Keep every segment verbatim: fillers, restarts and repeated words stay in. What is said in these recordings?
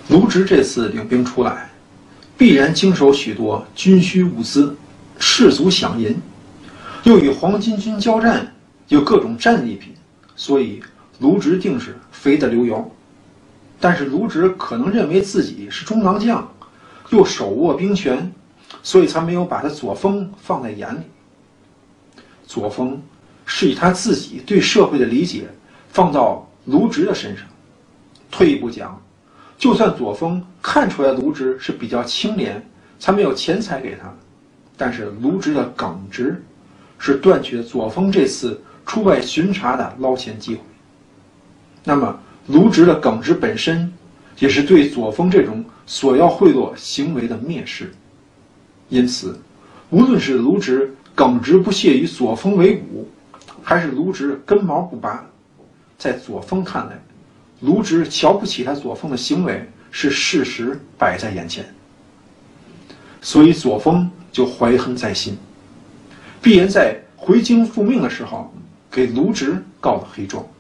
卢植这次领兵出来，必然经手许多军需物资，士卒饷银，又与黄巾军交战，有各种战利品，所以卢植定是肥得流油。但是卢植可能认为自己是中郎将，又手握兵权，所以才没有把他左峰放在眼里。左峰是以他自己对社会的理解放到卢植的身上。退一步讲，就算左峰看出来卢植是比较清廉，才没有钱财给他，但是卢植的耿直是断绝左峰这次出外巡查的捞钱机会。那么卢植的耿直本身也是对左峰这种索要贿赂行为的蔑视。因此无论是卢植耿直不屑与左峰为伍，还是卢植根毛不拔，在左峰看来，卢植瞧不起他左峰的行为是事实摆在眼前，所以左峰就怀恨在心，必然在回京复命的时候给卢植告了黑状。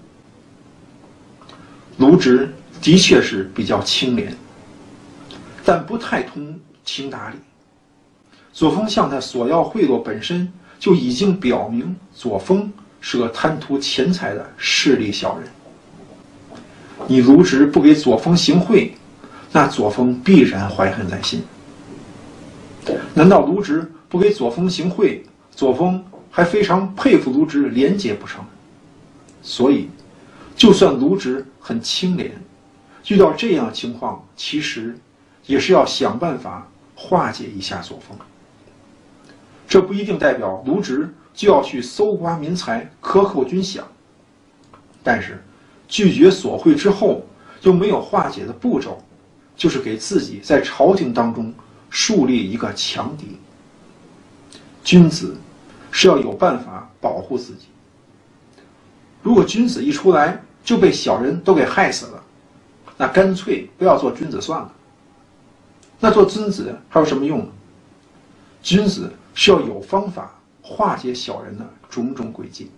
卢植的确是比较清廉，但不太通情达理。左峰向他索要贿赂本身就已经表明左峰是个贪图钱财的势利小人。你卢植不给左峰行贿，那左峰必然怀恨在心。难道卢植不给左峰行贿，左峰还非常佩服卢植廉洁不成？所以就算卢植很清廉，遇到这样的情况，其实也是要想办法化解一下左峰。这不一定代表卢植就要去搜刮民财、克扣军饷，但是拒绝索贿之后又没有化解的步骤，就是给自己在朝廷当中树立一个强敌。君子是要有办法保护自己，如果君子一出来就被小人都给害死了，那干脆不要做君子算了。那做君子还有什么用呢？君子是要有方法化解小人的种种诡计。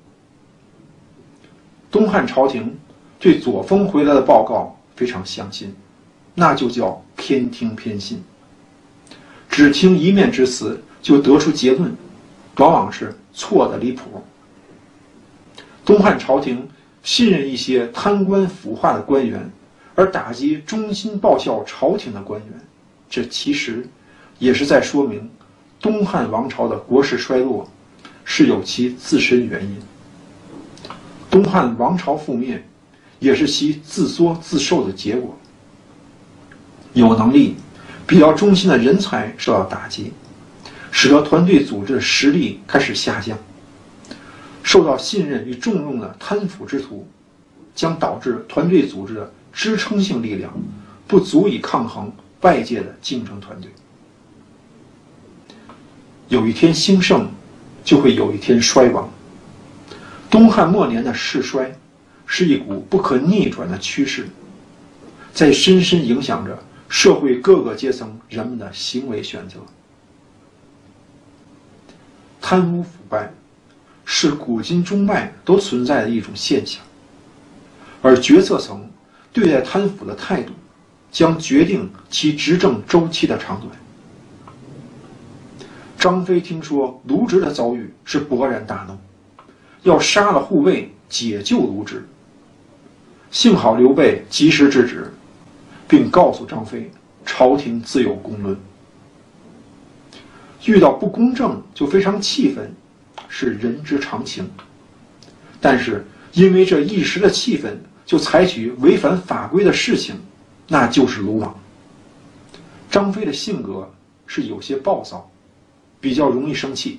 东汉朝廷对左峰回来的报告非常相信，那就叫偏听偏信，只听一面之词就得出结论，往往是错的离谱。东汉朝廷信任一些贪官腐化的官员，而打击忠心报效朝廷的官员，这其实也是在说明东汉王朝的国势衰落是有其自身原因。东汉王朝覆灭也是其自作自受的结果。有能力、比较忠心的人才受到打击，使得团队组织的实力开始下降。受到信任与重用的贪腐之徒，将导致团队组织的支撑性力量不足以抗衡外界的竞争团队。有一天兴盛，就会有一天衰亡。东汉末年的世衰是一股不可逆转的趋势，在深深影响着社会各个阶层人们的行为选择。贪污腐败是古今中外都存在的一种现象，而决策层对待贪腐的态度将决定其执政周期的长短。张飞听说卢植的遭遇是勃然大怒，要杀了护卫解救卢植。幸好刘备及时制止，并告诉张飞朝廷自有公论。遇到不公正就非常气愤，是人之常情，但是因为这一时的气愤就采取违反法规的事情，那就是鲁莽。张飞的性格是有些暴躁，比较容易生气，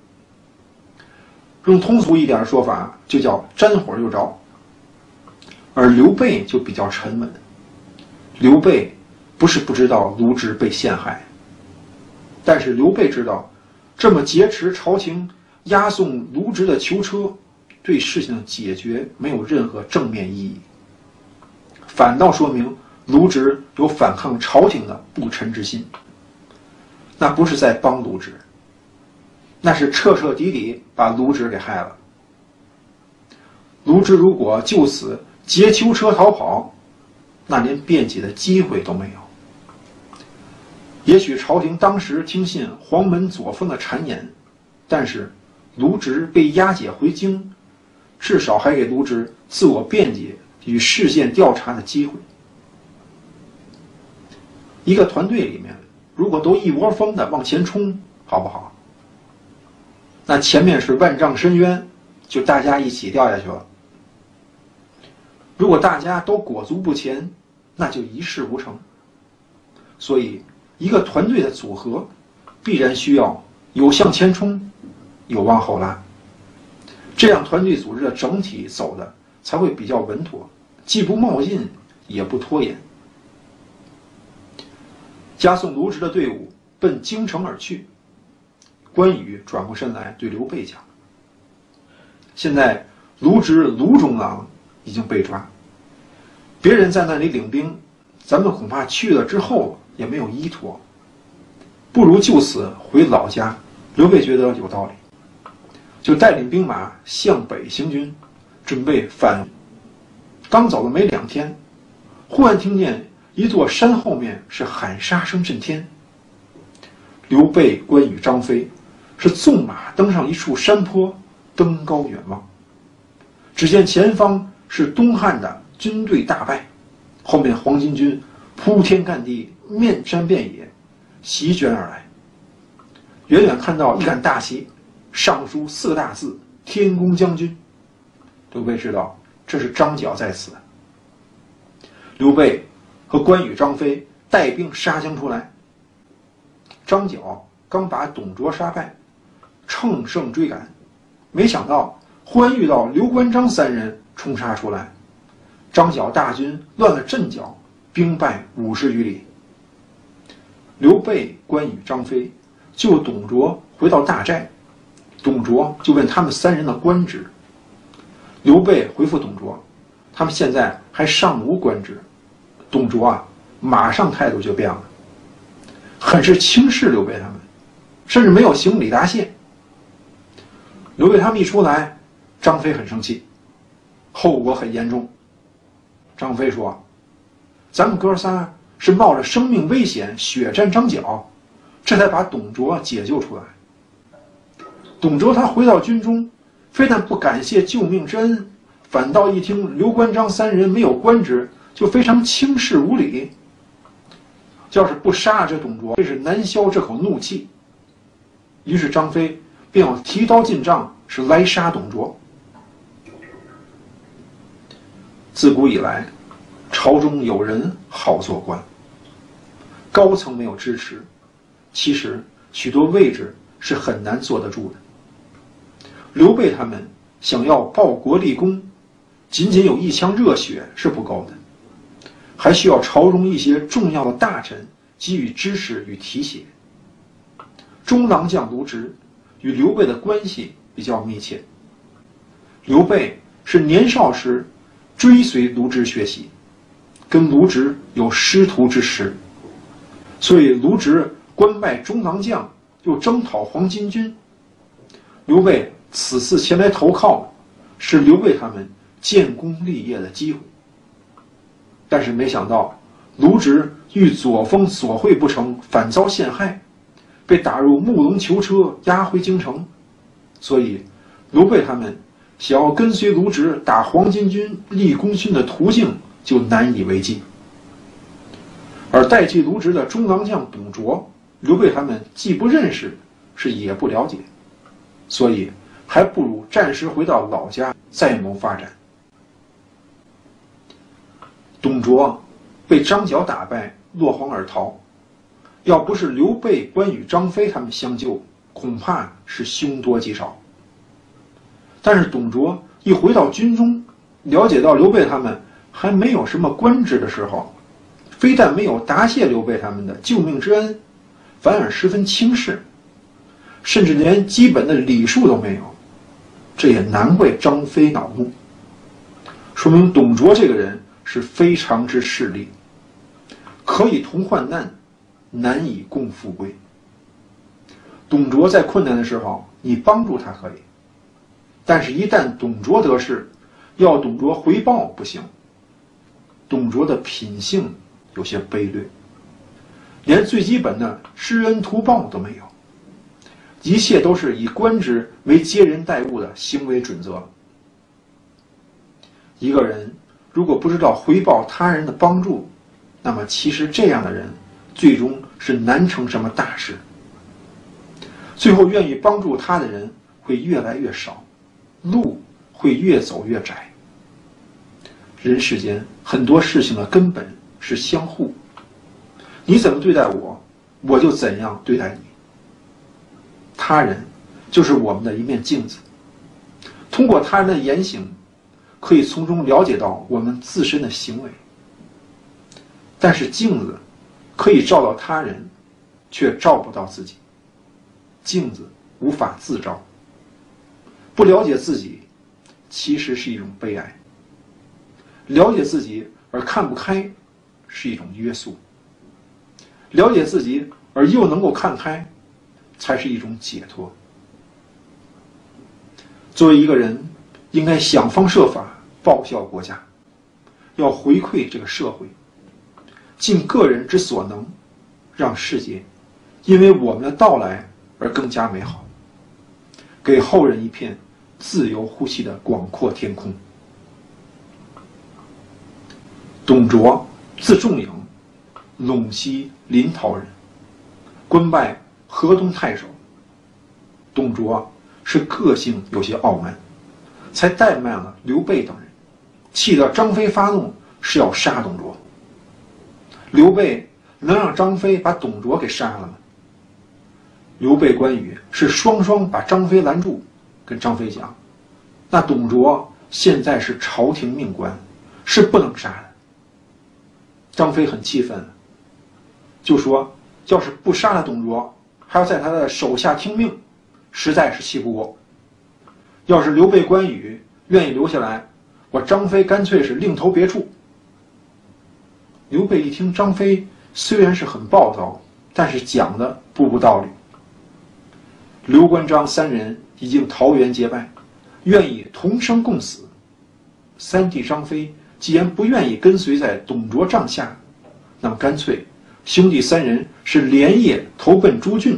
用通俗一点的说法就叫沾火就着。而刘备就比较沉稳，刘备不是不知道卢植被陷害，但是刘备知道这么劫持朝廷押送卢植的囚车对事情的解决没有任何正面意义，反倒说明卢植有反抗朝廷的不臣之心。那不是在帮卢植，那是彻彻底底把卢植给害了。卢植如果就此劫囚车逃跑， 那连辩解的机会都没有。也许朝廷当时听信黄门左峰的谗言，但是卢植被押解回京，至少还给卢植自我辩解与事件调查的机会。一个团队里面，如果都一窝蜂的往前冲，好不好？那前面是万丈深渊，就大家一起掉下去了。如果大家都裹足不前，那就一事无成。所以，一个团队的组合，必然需要有向前冲，有往后拉，这样团队组织的整体走的才会比较稳妥，既不冒进，也不拖延。押送卢植的队伍奔京城而去，关羽转过身来对刘备讲：“现在卢植卢中郎已经被抓，别人在那里领兵，咱们恐怕去了之后也没有依托，不如就此回老家。”刘备觉得有道理，就带领兵马向北行军，准备返。刚走了没两天，忽然听见一座山后面是喊杀声震天。刘备、关羽、张飞是纵马登上一处山坡，登高远望，只见前方是东汉的军队大败，后面黄巾军铺天盖地，面山遍野，席卷而来。远远看到一杆大旗，上书四个大字“天公将军”。刘备知道这是张角在此。刘备和关羽、张飞带兵杀将出来。张角刚把董卓杀败，乘胜追赶，没想到忽然遇到刘关张三人冲杀出来，张角大军乱了阵脚，兵败五十余里。刘备、关羽、张飞救董卓回到大寨，董卓就问他们三人的官职。刘备回复董卓，他们现在还尚无官职。董卓啊，马上态度就变了，很是轻视刘备他们，甚至没有行李答谢。刘备他们一出来，张飞很生气，后果很严重。张飞说：“咱们哥仨是冒着生命危险血战张角，这才把董卓解救出来。董卓他回到军中，非但不感谢救命之恩，反倒一听刘关张三人没有官职，就非常轻视无礼。要是不杀了这董卓，这是难消这口怒气。”于是张飞便要提刀进帐，是来杀董卓。自古以来，朝中有人好做官，高层没有支持，其实许多位置是很难坐得住的。刘备他们想要报国立功，仅仅有一腔热血是不够的，还需要朝中一些重要的大臣给予支持与提携。中郎将卢植与刘备的关系比较密切，刘备是年少时追随卢植学习，跟卢植有师徒之实，所以卢植官拜中郎将，又征讨黄巾军。刘备此次前来投靠，是刘备他们建功立业的机会。但是没想到，卢植遇左峰索贿不成，反遭陷害，被打入木龙囚车，押回京城。所以，刘备他们想要跟随卢植打黄巾军、立功勋的途径就难以为继。而代替卢植的中郎将董卓，刘备他们既不认识，是也不了解，所以还不如暂时回到老家再谋发展。董卓被张角打败，落荒而逃，要不是刘备、关羽、张飞他们相救，恐怕是凶多吉少。但是董卓一回到军中，了解到刘备他们还没有什么官职的时候，非但没有答谢刘备他们的救命之恩，反而十分轻视，甚至连基本的礼数都没有。这也难怪张飞恼怒，说明董卓这个人是非常之势利，可以同患难，难以共富贵。董卓在困难的时候，你帮助他可以，但是一旦董卓得势，要董卓回报不行。 董卓的品性有些卑劣，连最基本的知恩图报都没有，一切都是以官职为接人待物的行为准则。一个人如果不知道回报他人的帮助，那么其实这样的人最终是难成什么大事。最后愿意帮助他的人会越来越少，路会越走越窄。人世间很多事情的根本是相互，你怎么对待我，我就怎样对待你。他人就是我们的一面镜子，通过他人的言行，可以从中了解到我们自身的行为。但是镜子可以照到他人，却照不到自己。镜子无法自照，不了解自己，其实是一种悲哀。了解自己而看不开，是一种约束；了解自己而又能够看开，才是一种解脱。作为一个人，应该想方设法报效国家，要回馈这个社会，尽个人之所能，让世界因为我们的到来而更加美好，给后人一片自由呼吸的广阔天空。董卓，字仲颖，陇西临洮人，官拜河东太守。董卓是个性有些傲慢，才怠慢了刘备等人，气得张飞发怒，是要杀董卓。刘备能让张飞把董卓给杀了吗？刘备、关羽是双双把张飞拦住，跟张飞讲，那董卓现在是朝廷命官，是不能杀的。张飞很气愤，就说要是不杀了董卓，还要在他的手下听命，实在是气不过。要是刘备、关羽愿意留下来，我张飞干脆是另投别处。刘备一听张飞虽然是很暴躁，但是讲的不无道理。刘关张三人已经桃园结拜，愿意同生共死。三弟张飞既然不愿意跟随在董卓帐下，那么干脆兄弟三人是连夜投奔朱俊。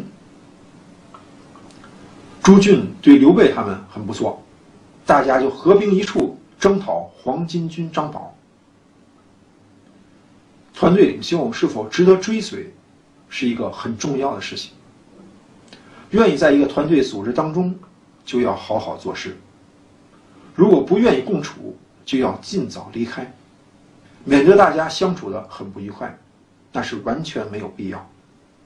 朱俊对刘备他们很不错，大家就合兵一处征讨黄巾军张宝。团队领袖是否值得追随，是一个很重要的事情。愿意在一个团队组织当中，就要好好做事；如果不愿意共处，就要尽早离开，免得大家相处得很不愉快，那是完全没有必要。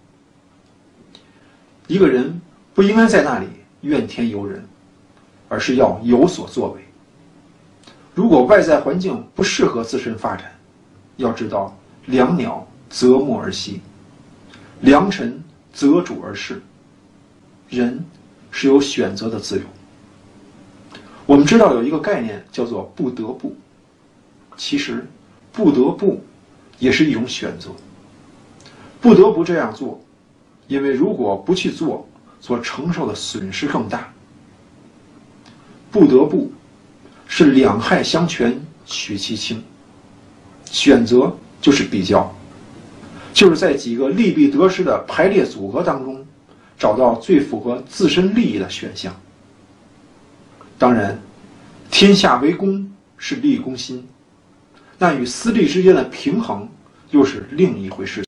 一个人不应该在那里怨天尤人，而是要有所作为。如果外在环境不适合自身发展，要知道良鸟择木而栖，良臣择主而事。人是有选择的自由。我们知道有一个概念叫做不得不，其实不得不也是一种选择。不得不这样做，因为如果不去做，所承受的损失更大。不得不是两害相权取其轻，选择就是比较，就是在几个利弊得失的排列组合当中，找到最符合自身利益的选项。当然，天下为公是利公心，那与私利之间的平衡又是另一回事。